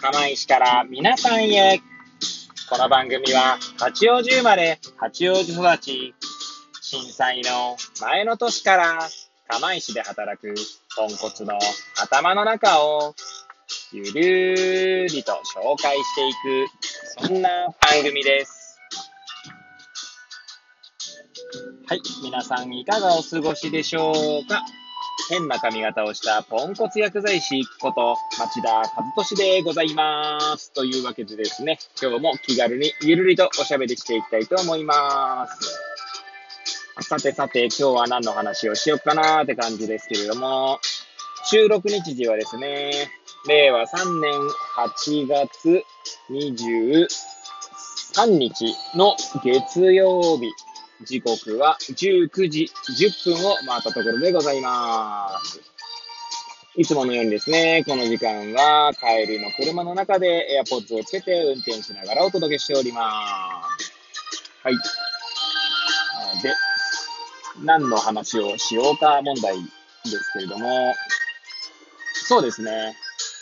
釜石から皆さんへ。この番組は八王子生まれ、八王子育ち、震災の前の年から釜石で働くポンコツの頭の中をゆるりと紹介していく、そんな番組です。はい、皆さんいかがお過ごしでしょうか。変な髪型をしたポンコツ薬剤師こと町田和俊でございます。というわけでですね、今日も気軽にゆるりとおしゃべりしていきたいと思います。さて、今日は何の話をしようかなーって感じですけれども、収録日時はですね、令和3年8月23日の月曜日。時刻は19時10分を回ったところでございます。いつものようにですね、この時間は帰りの車の中で AirPods をつけて運転しながらお届けしております。はい。で、何の話をしようか問題ですけれども、そうですね、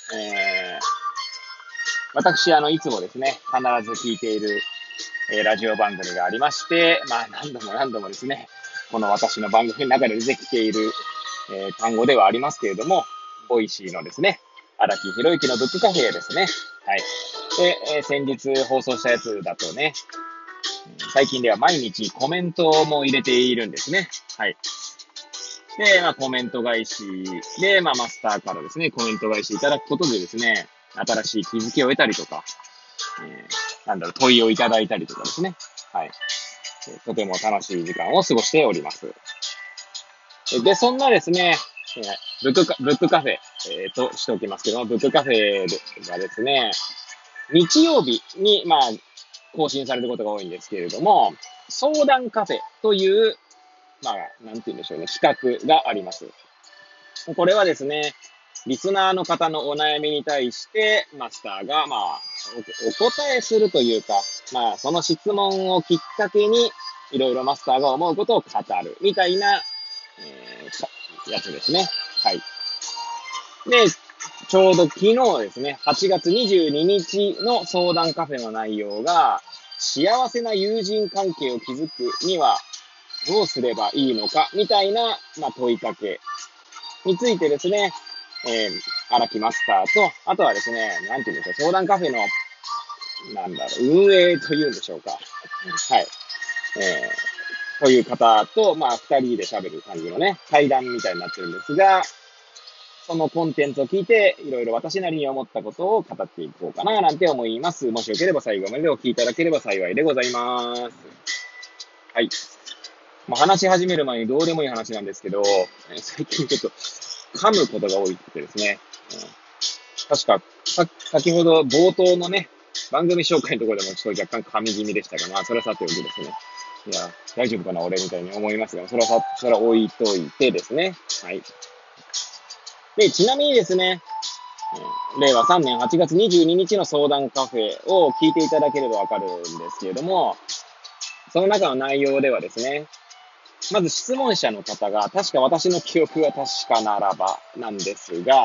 私、いつもですね、必ず聞いているラジオ番組がありまして、何度もですね、この私の番組の中で出てきている、単語ではありますけれども、ボイシーのですね、荒木博之のブックカフェですね。はい。で、先日放送したやつだとね、最近では毎日コメントも入れているんですね。はい。で、コメント返しで、マスターからですね、コメント返しいただくことでですね、新しい気づきを得たりとか、問いをいただいたりとかですね。はい。とても楽しい時間を過ごしております。で、そんなですね、ブックカフェ、としておきますけども、ブックカフェがですね、日曜日に、更新されることが多いんですけれども、相談カフェという、なんて言うんでしょうね、企画があります。これはですね、リスナーの方のお悩みに対して、マスターが、お答えするというか、その質問をきっかけに、いろいろマスターが思うことを語る、みたいな、やつですね。はい。で、ちょうど昨日ですね、8月22日の相談カフェの内容が、幸せな友人関係を築くには、どうすればいいのか、みたいな、問いかけについてですね、荒木マスターと、あとはですね、なんていうんですか、相談カフェの、運営というんでしょうか。はい。という方と、二人で喋る感じのね、対談みたいになってるんですが、そのコンテンツを聞いて、いろいろ私なりに思ったことを語っていこうかな、なんて思います。もしよければ最後までお聞きいただければ幸いでございます。はい。話し始める前にどうでもいい話なんですけど、最近ちょっと噛むことが多いってですね。確か、先ほど冒頭のね、番組紹介のところでもちょっと若干噛み気味でしたが、それはさておきですね。いや、大丈夫かな俺みたいに思いますが、それは置いといてですね。はい。で、ちなみにですね、令和3年8月22日の相談カフェを聞いていただければわかるんですけれども、その中の内容ではですね、まず質問者の方が、確か私の記憶が確かならばなんですが、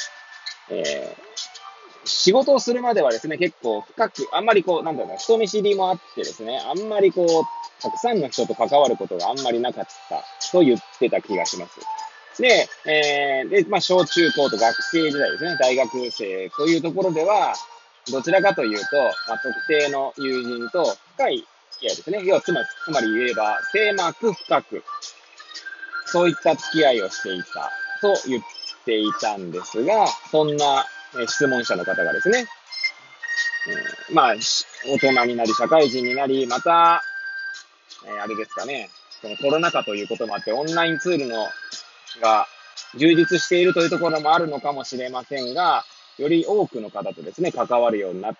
仕事をするまではですね、結構深く、あんまり人見知りもあってですね、あんまりたくさんの人と関わることがあんまりなかったと言ってた気がします。で、小中高と学生時代ですね、大学生というところでは、どちらかというと、特定の友人と深い付き合いですね。つまり言えば、狭く深く、そういった付き合いをしていたと言っていたんですが、そんな質問者の方がですね、大人になり、社会人になり、また、あれですかね、このコロナ禍ということもあって、オンラインツールが充実しているというところもあるのかもしれませんが、より多くの方とですね、関わるようになって、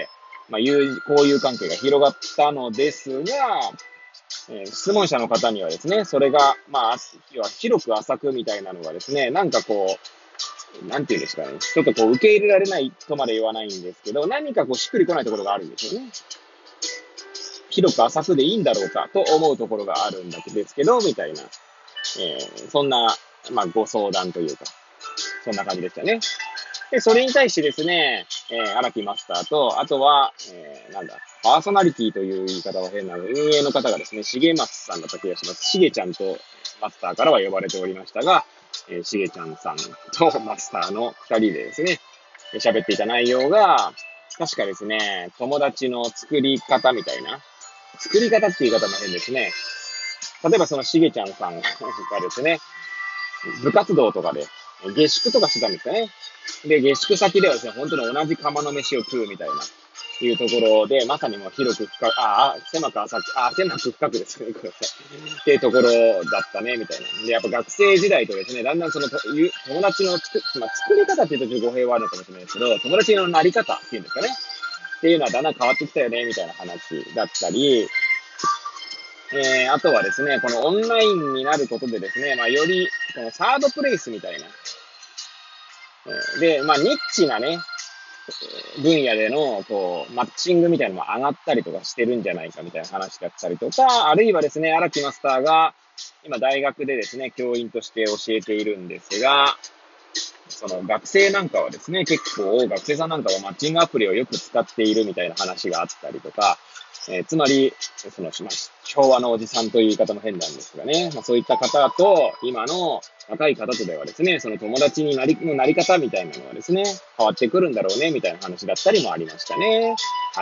交友関係が広がったのですが、質問者の方にはですね、それが、要は広く浅くみたいなのがですね、なんていうんですかね、ちょっと受け入れられないとまで言わないんですけど、何かしっくりこないところがあるんですよね。広く浅くでいいんだろうかと思うところがあるんですけど、みたいな、そんな、ご相談というか、そんな感じでしたね。で、それに対してですね、 荒木マスターと、あとは、パーソナリティという言い方は変なので、運営の方がですね、しげまつさんだった気がします。しげちゃんとマスターからは呼ばれておりましたが、しげちゃんさんとマスターの二人でですね、喋っていた内容が、確かですね、友達の作り方みたいな、作り方っていう言い方も変ですね。例えばそのしげちゃんさんがですね、部活動とかで下宿とかしてたんですかね。で、下宿先ではですね、本当に同じ釜の飯を食うみたいな、いうところで、まさにもう広く深く、狭く浅く、狭く深くですね、ごめんなさい。っていうところだったね、みたいな。で、やっぱ学生時代とですね、だんだんその、友達の作り方っていうとちょっと語弊はあるのかもしれないですけど、友達のなり方っていうんですかね。っていうのはだんだん変わってきたよね、みたいな話だったり、あとはですね、このオンラインになることでですね、より、このサードプレイスみたいな、で、ニッチなね、分野での、マッチングみたいなのも上がったりとかしてるんじゃないかみたいな話だったりとか、あるいはですね、荒木マスターが、今大学でですね、教員として教えているんですが、その学生なんかはですね、結構学生さんなんかはマッチングアプリをよく使っているみたいな話があったりとか、つまり、昭和のおじさんという言い方も変なんですがね、そういった方と、今の若い方とではですね、その友達のなり方みたいなのはですね、変わってくるんだろうね、みたいな話だったりもありましたね。はい。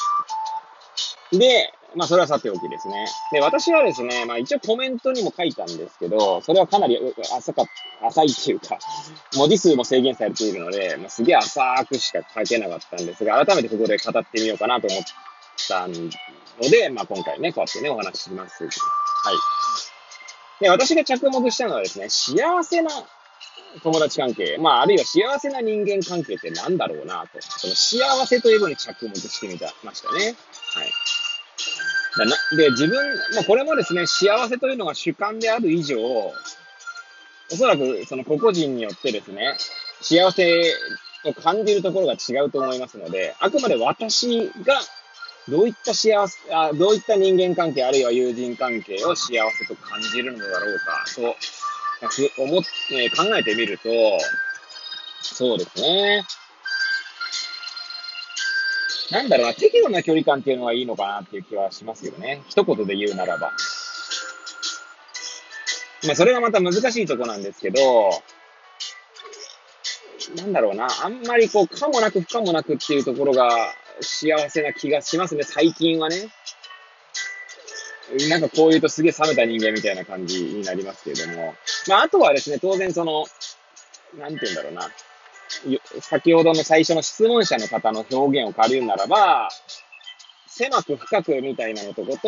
で、それはさておきですね。で、私はですね、一応コメントにも書いたんですけど、それはかなり浅いっていうか、文字数も制限されているので、すげえ浅くしか書けなかったんですが、改めてここで語ってみようかなと思ったので、今回ね、こうやってね、お話しします。はい。で、私が着目したのはですね、幸せな友達関係、あるいは幸せな人間関係って何だろうなと、その幸せというのに着目してましたね。はい。で、自分、これもですね、幸せというのが主観である以上、おそらくその個々人によってですね、幸せを感じるところが違うと思いますので、あくまで私がどういったどういった人間関係あるいは友人関係を幸せと感じるのだろうかと、考えてみると、そうですね。適度な距離感っていうのはいいのかなっていう気はしますよね。一言で言うならば。それがまた難しいとこなんですけど、あんまり可もなく不可もなくっていうところが幸せな気がしますね、最近はね。こう言うとすげえ冷めた人間みたいな感じになりますけれども。あとはですね、当然なんて言うんだろうな。先ほどの最初の質問者の方の表現を借りるならば、狭く深くみたいなのとこと、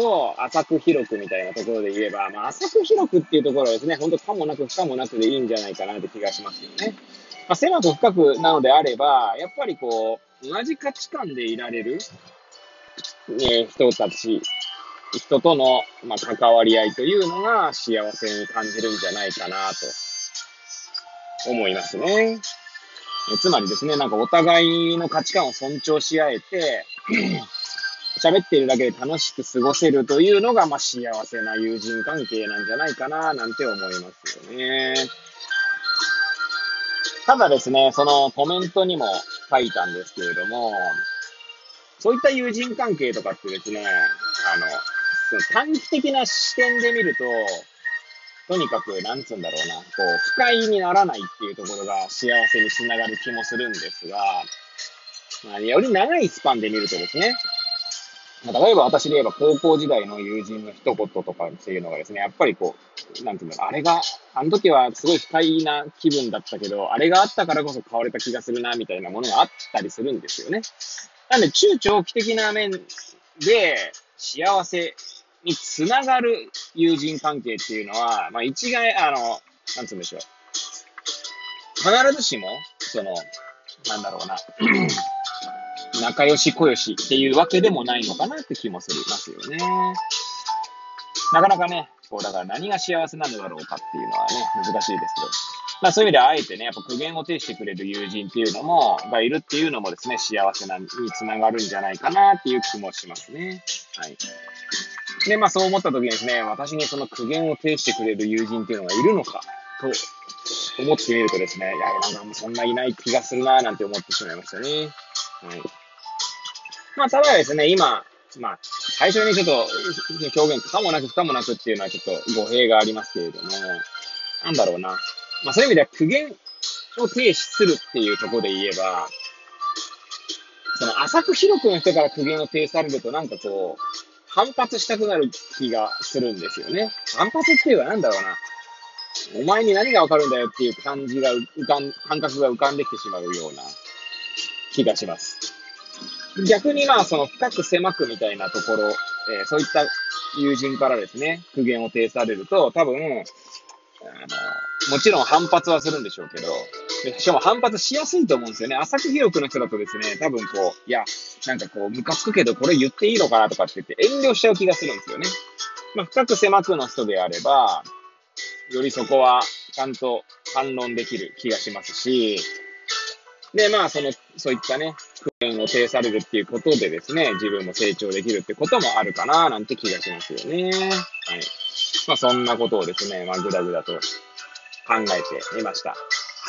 浅く広くみたいなところで言えば、浅く広くっていうところはですね、本当可もなく不可もなくでいいんじゃないかなって気がしますよね。狭く深くなのであれば、やっぱり同じ価値観でいられる、人との、関わり合いというのが幸せに感じるんじゃないかなと思いますね。つまりですね、お互いの価値観を尊重し合えて、喋っているだけで楽しく過ごせるというのが、幸せな友人関係なんじゃないかな、なんて思いますよね。ただですね、そのコメントにも書いたんですけれども、そういった友人関係とかってですね、その短期的な視点で見ると、とにかく、なんつうんだろうな、不快にならないっていうところが幸せにつながる気もするんですが、より長いスパンで見るとですね、例えば私で言えば高校時代の友人の一言とかっていうのがですね、やっぱりなんていうんだろう、あの時はすごい不快な気分だったけど、あれがあったからこそ変われた気がするな、みたいなものがあったりするんですよね。なんで中長期的な面で幸せにつながる友人関係っていうのは、一概、なんつうんでしょう。必ずしも、なんだろうな、仲良し小良しっていうわけでもないのかなって気もしますよね。なかなかね、だから何が幸せなのだろうかっていうのはね、難しいですけど。そういう意味ではあえてね、やっぱ苦言を呈してくれる友人っていうのがいるっていうのもですね、幸せにつながるんじゃないかなっていう気もしますね。はい。で、そう思った時にですね、私にその苦言を呈してくれる友人っていうのがいるのかと思ってみるとですね、いや、なんかそんないない気がするなぁなんて思ってしまいましたね。はい。まあ、ただですね、今、まあ、最初にちょっと表現かもなく不可もなくっていうのはちょっと語弊がありますけれども、なんだろうな。まあ、そういう意味では苦言を呈するっていうところで言えば、その浅く広くの人から苦言を呈されるとなんかこう、反発したくなる気がするんですよね。反発っていうかなんだろうな。お前に何がわかるんだよっていう感じが感覚が浮かんできてしまうような気がします。逆にまあその深く狭くみたいなところ、そういった友人からですね、苦言を呈されると多分、もちろん反発はするんでしょうけど、しかも反発しやすいと思うんですよね。浅く広くの人だとですね、多分こう、いや、なんかこう、ムカつくけどこれ言っていいのかなとかって言って遠慮しちゃう気がするんですよね。まあ、深く狭くの人であれば、よりそこはちゃんと反論できる気がしますし、で、まあ、そういったね、苦言を呈されるっていうことでですね、自分も成長できるってこともあるかな、なんて気がしますよね。はい。まあ、そんなことをですね、まあ、ぐだぐだと考えてみました。はい。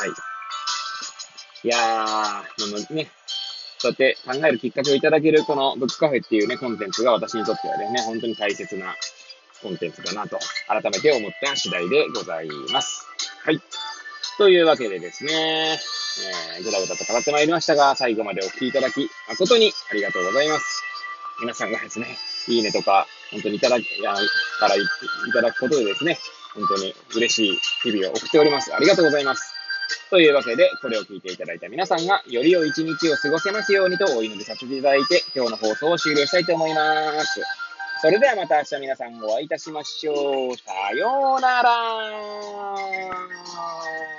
いやー、ね、そうやって考えるきっかけをいただけるこのブックカフェっていうね、コンテンツが私にとってはね、本当に大切なコンテンツだなと、改めて思った次第でございます。はい。というわけでですね、ぐだぐだと語ってまいりましたが、最後までお聞きいただき、誠にありがとうございます。皆さんがですね、いいねとか、本当にからいただくことでですね、本当に嬉しい日々を送っております。ありがとうございます。というわけで、これを聞いていただいた皆さんが、より良い一日を過ごせますようにとお祈りさせていただいて、今日の放送を終了したいと思います。それではまた明日皆さんお会いいたしましょう。さようなら。